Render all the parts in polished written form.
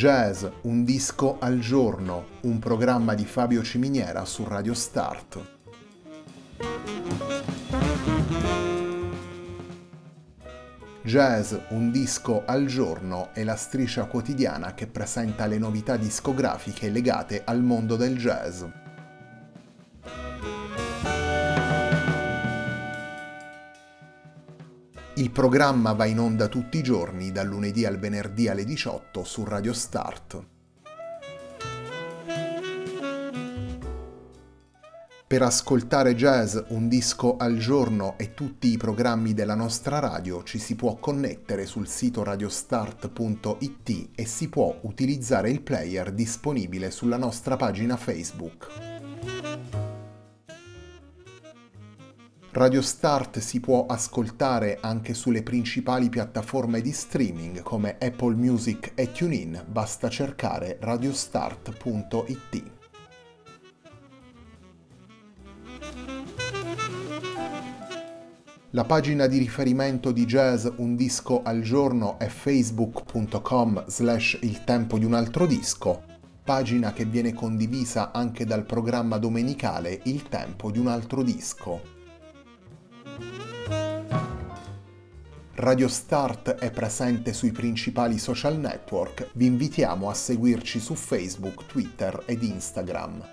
Jazz, un disco al giorno, un programma di Fabio Ciminiera su Radio Start. Jazz, un disco al giorno è la striscia quotidiana che presenta le novità discografiche legate al mondo del jazz. Il programma va in onda tutti i giorni, dal lunedì al venerdì alle 18 su Radio Start. Per ascoltare Jazz, un disco al giorno e tutti i programmi della nostra radio ci si può connettere sul sito radiostart.it e si può utilizzare il player disponibile sulla nostra pagina Facebook. Radio Start si può ascoltare anche sulle principali piattaforme di streaming come Apple Music e TuneIn, basta cercare radiostart.it. La pagina di riferimento di Jazz Un Disco al Giorno è facebook.com/il tempo di un altro disco, pagina che viene condivisa anche dal programma domenicale Il tempo di un altro disco. Radio Start è presente sui principali social network, vi invitiamo a seguirci su Facebook, Twitter ed Instagram.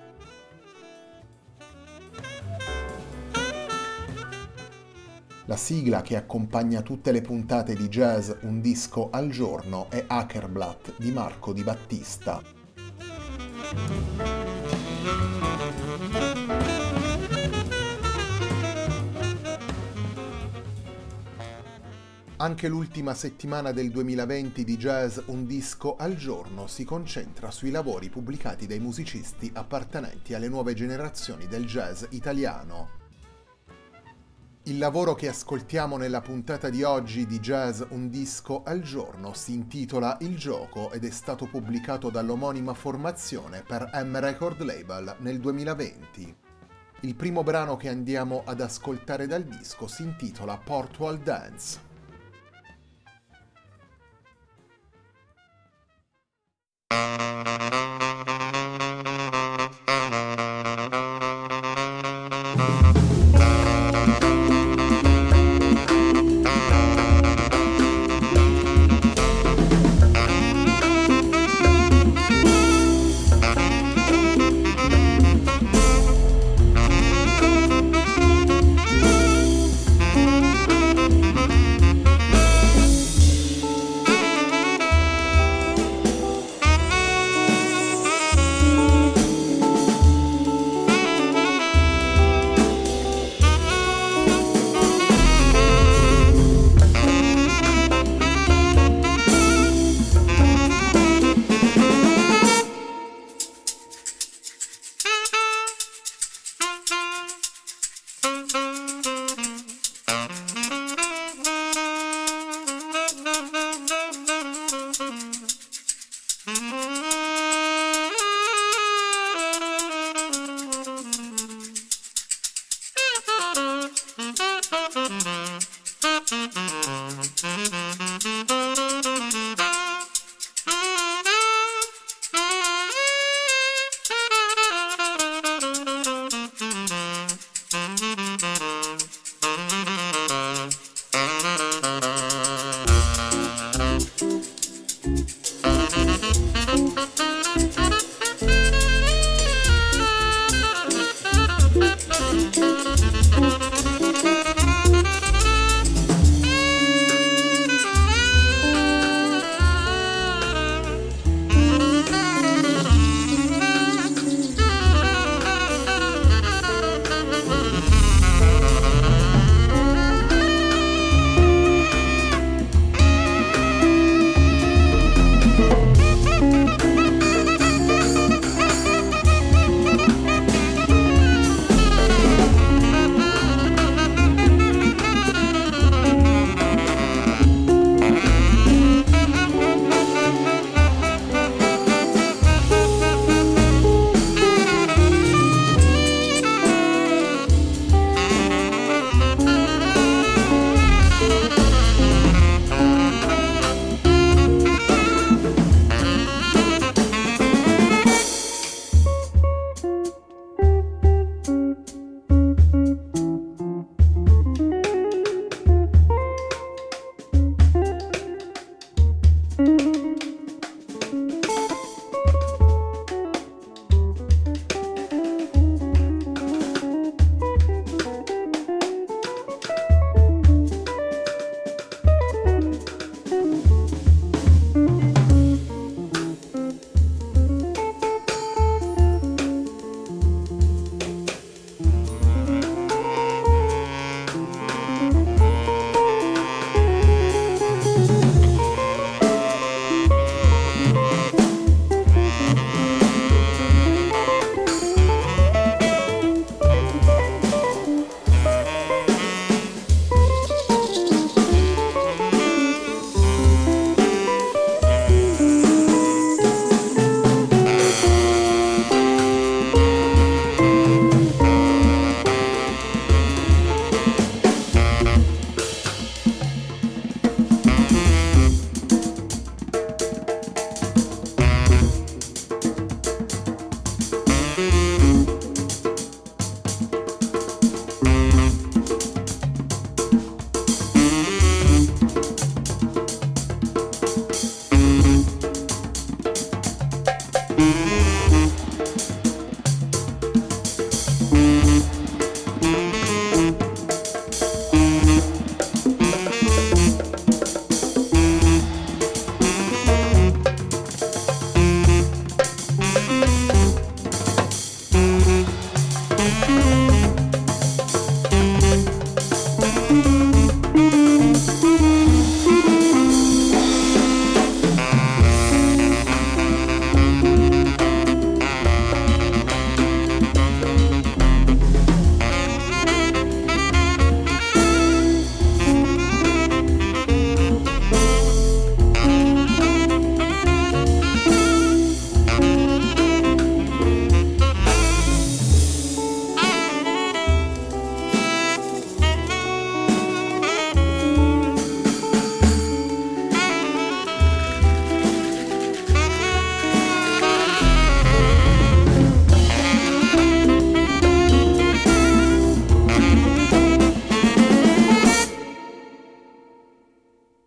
La sigla che accompagna tutte le puntate di Jazz Un Disco al Giorno è Hackerblatt di Marco Di Battista. Anche l'ultima settimana del 2020 di Jazz Un Disco al Giorno si concentra sui lavori pubblicati dai musicisti appartenenti alle nuove generazioni del jazz italiano. Il lavoro che ascoltiamo nella puntata di oggi di Jazz Un Disco al Giorno si intitola Il Gioco ed è stato pubblicato dall'omonima formazione per M Record Label nel 2020. Il primo brano che andiamo ad ascoltare dal disco si intitola Portugal Dance.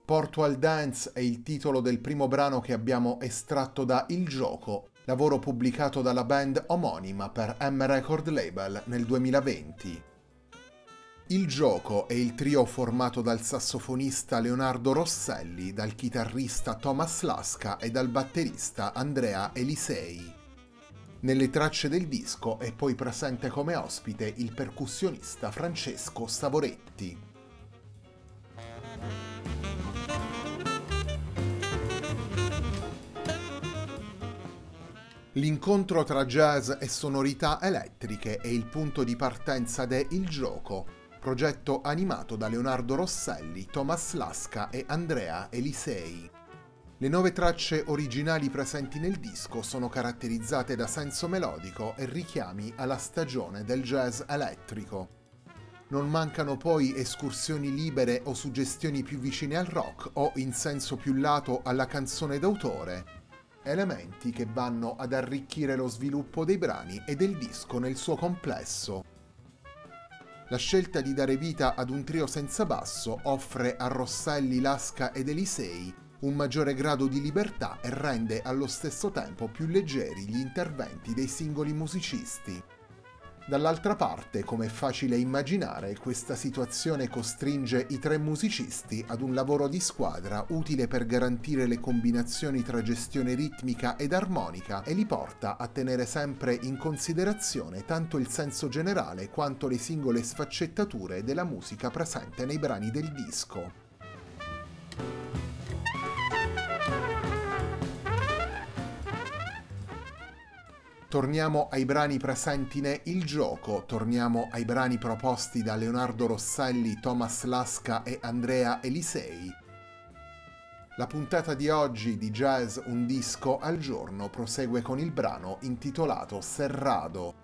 Portual Dance è il titolo del primo brano che abbiamo estratto da Il Gioco, lavoro pubblicato dalla band omonima per M Record Label nel 2020. Il Gioco è il trio formato dal sassofonista Leonardo Rosselli, dal chitarrista Thomas Lasca e dal batterista Andrea Elisei. Nelle tracce del disco è poi presente come ospite il percussionista Francesco Savoretti. L'incontro tra jazz e sonorità elettriche è il punto di partenza de Il Gioco, progetto animato da Leonardo Rosselli, Thomas Lasca e Andrea Elisei. Le 9 tracce originali presenti nel disco sono caratterizzate da senso melodico e richiami alla stagione del jazz elettrico. Non mancano poi escursioni libere o suggestioni più vicine al rock o in senso più lato alla canzone d'autore, elementi che vanno ad arricchire lo sviluppo dei brani e del disco nel suo complesso. La scelta di dare vita ad un trio senza basso offre a Rosselli, Lasca ed Elisei un maggiore grado di libertà e rende allo stesso tempo più leggeri gli interventi dei singoli musicisti. Dall'altra parte, come è facile immaginare, questa situazione costringe i 3 musicisti ad un lavoro di squadra utile per garantire le combinazioni tra gestione ritmica ed armonica e li porta a tenere sempre in considerazione tanto il senso generale quanto le singole sfaccettature della musica presente nei brani del disco. Torniamo ai brani presenti ne Il Gioco, torniamo ai brani proposti da Leonardo Rosselli, Thomas Lasca e Andrea Elisei. La puntata di oggi di Jazz Un Disco al Giorno prosegue con il brano intitolato Cerrado.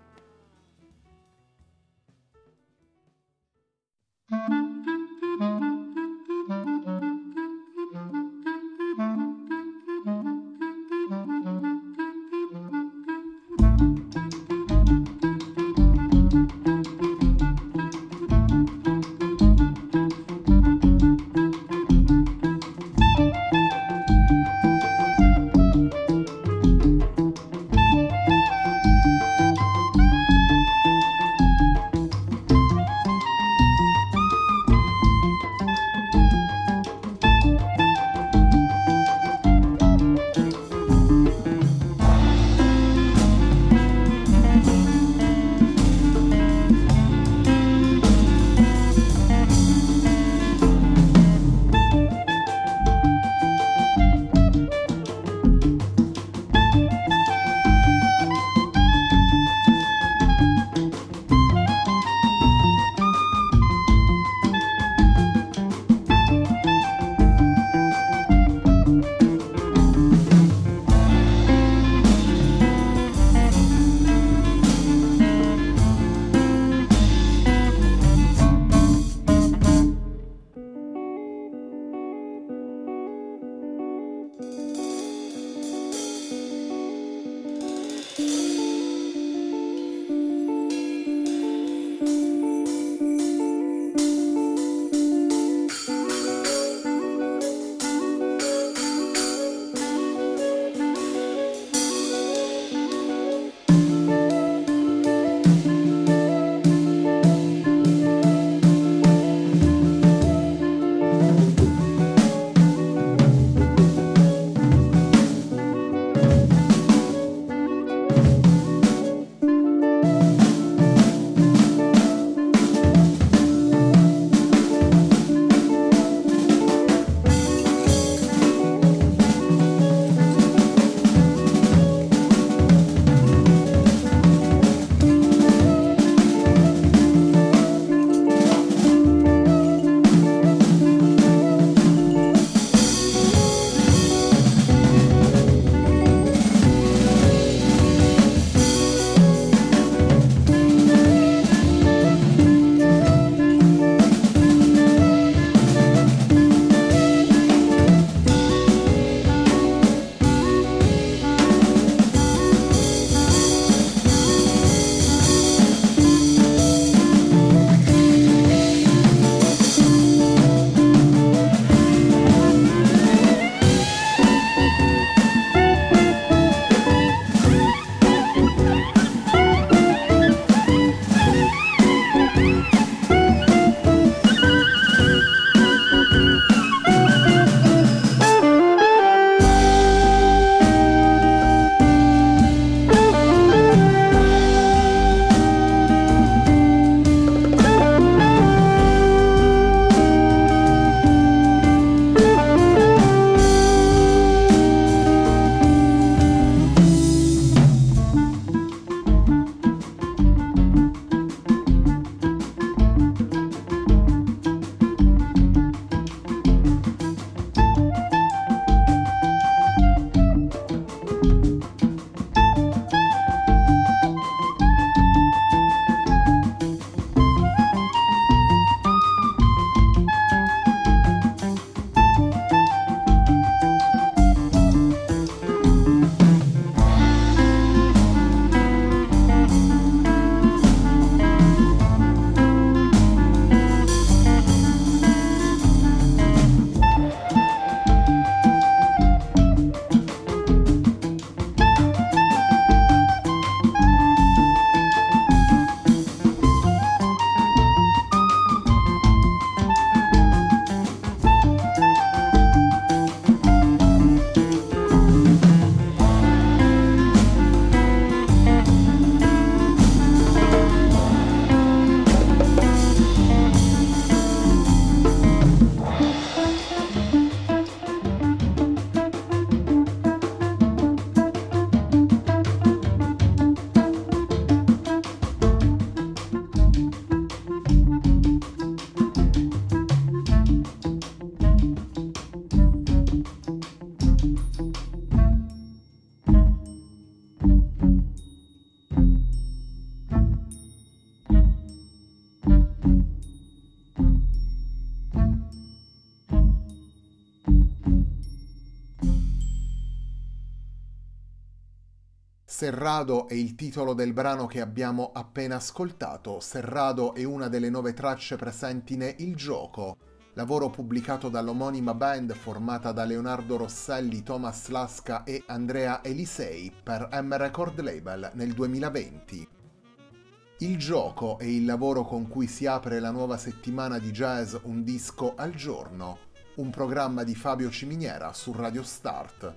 Cerrado è il titolo del brano che abbiamo appena ascoltato. Cerrado è una delle 9 tracce presenti ne Il Gioco, lavoro pubblicato dall'omonima band formata da Leonardo Rosselli, Thomas Lasca e Andrea Elisei per M Record Label nel 2020. Il Gioco è il lavoro con cui si apre la nuova settimana di jazz Un disco al giorno, un programma di Fabio Ciminiera su Radio Start.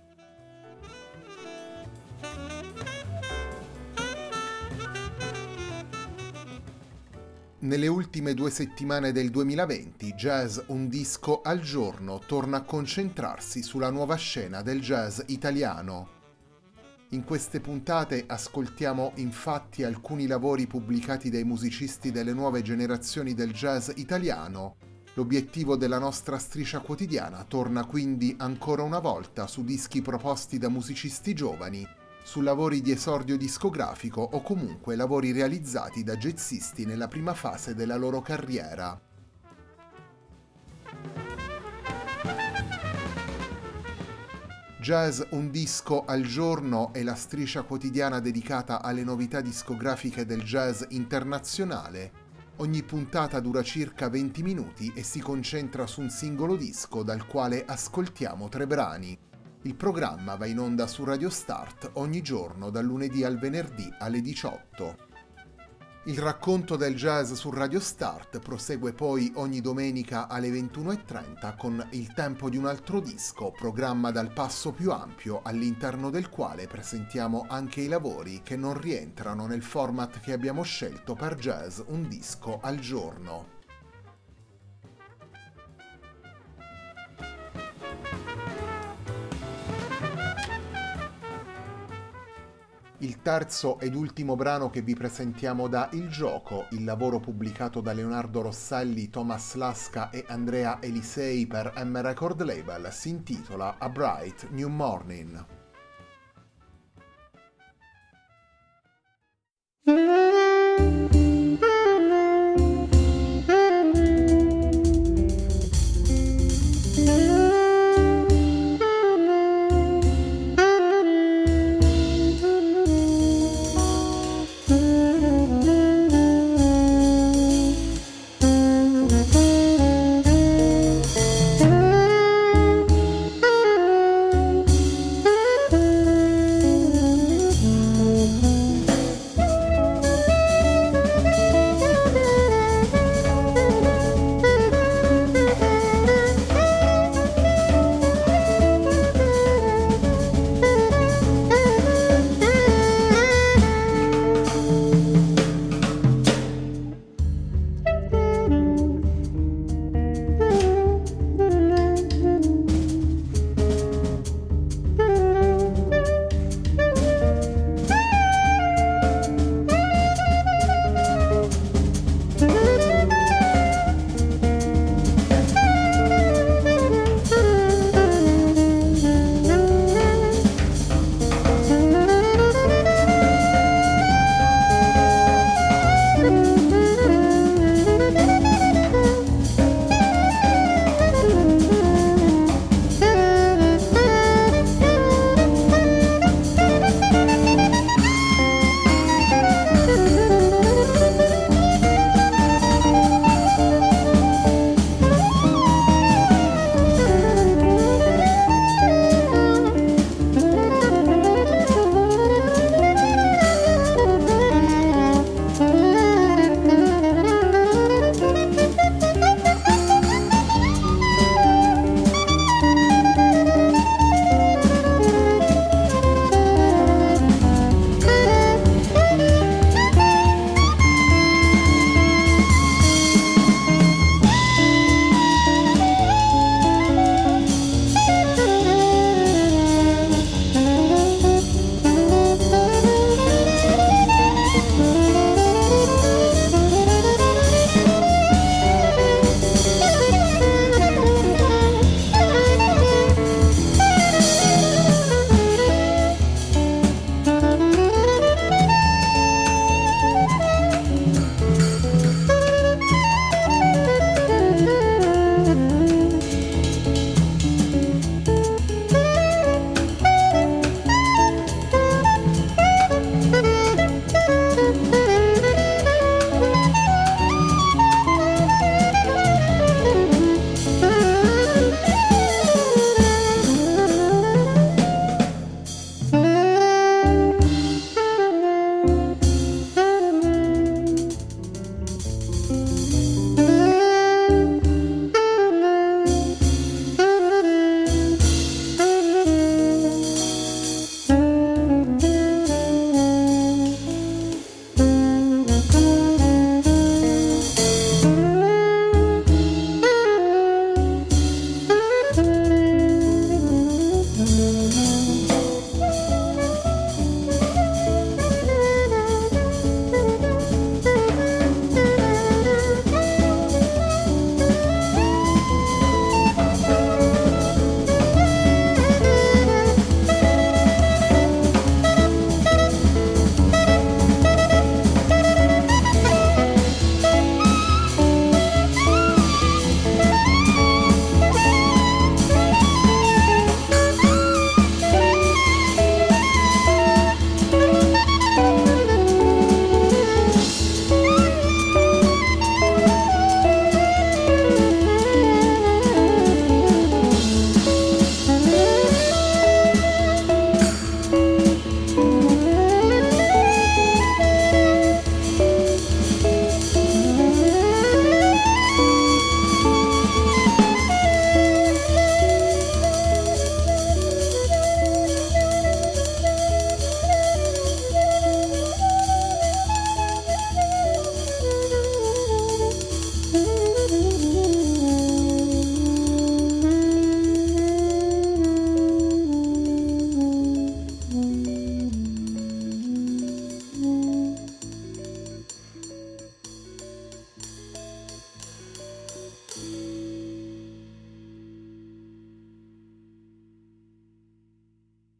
Nelle ultime 2 settimane del 2020, Jazz Un disco al giorno torna a concentrarsi sulla nuova scena del jazz italiano. In queste puntate ascoltiamo infatti alcuni lavori pubblicati dai musicisti delle nuove generazioni del jazz italiano. L'obiettivo della nostra striscia quotidiana torna quindi ancora una volta su dischi proposti da musicisti giovani, su lavori di esordio discografico o comunque lavori realizzati da jazzisti nella prima fase della loro carriera. Jazz Un disco al giorno è la striscia quotidiana dedicata alle novità discografiche del jazz internazionale. Ogni puntata dura circa 20 minuti e si concentra su un singolo disco dal quale ascoltiamo 3 brani. Il programma va in onda su Radio Start ogni giorno dal lunedì al venerdì alle 18. Il racconto del jazz su Radio Start prosegue poi ogni domenica alle 21:30 con Il tempo di un altro disco, programma dal passo più ampio all'interno del quale presentiamo anche i lavori che non rientrano nel format che abbiamo scelto per Jazz Un disco al giorno. Il terzo ed ultimo brano che vi presentiamo da Il Gioco, il lavoro pubblicato da Leonardo Rosselli, Thomas Lasca e Andrea Elisei per M Record Label, si intitola A Bright New Morning.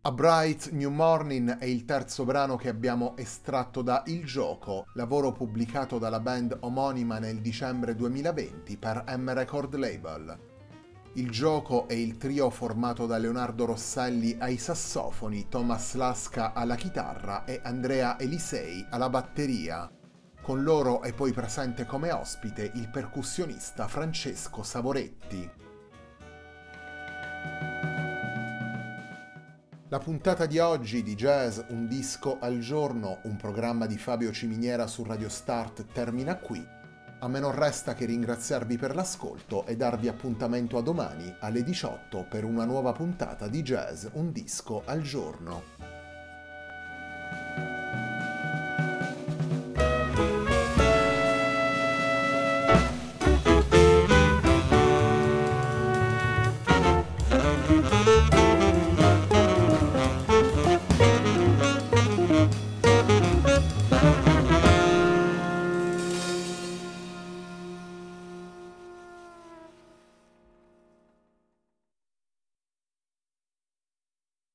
A Bright New Morning è il terzo brano che abbiamo estratto da Il Gioco, lavoro pubblicato dalla band omonima nel dicembre 2020 per M Record Label. Il Gioco è il trio formato da Leonardo Rosselli ai sassofoni, Thomas Lasca alla chitarra e Andrea Elisei alla batteria. Con loro è poi presente come ospite il percussionista Francesco Savoretti. La puntata di oggi di Jazz Un disco al giorno, un programma di Fabio Ciminiera su Radio Start, termina qui. A me non resta che ringraziarvi per l'ascolto e darvi appuntamento a domani alle 18 per una nuova puntata di Jazz Un disco al giorno.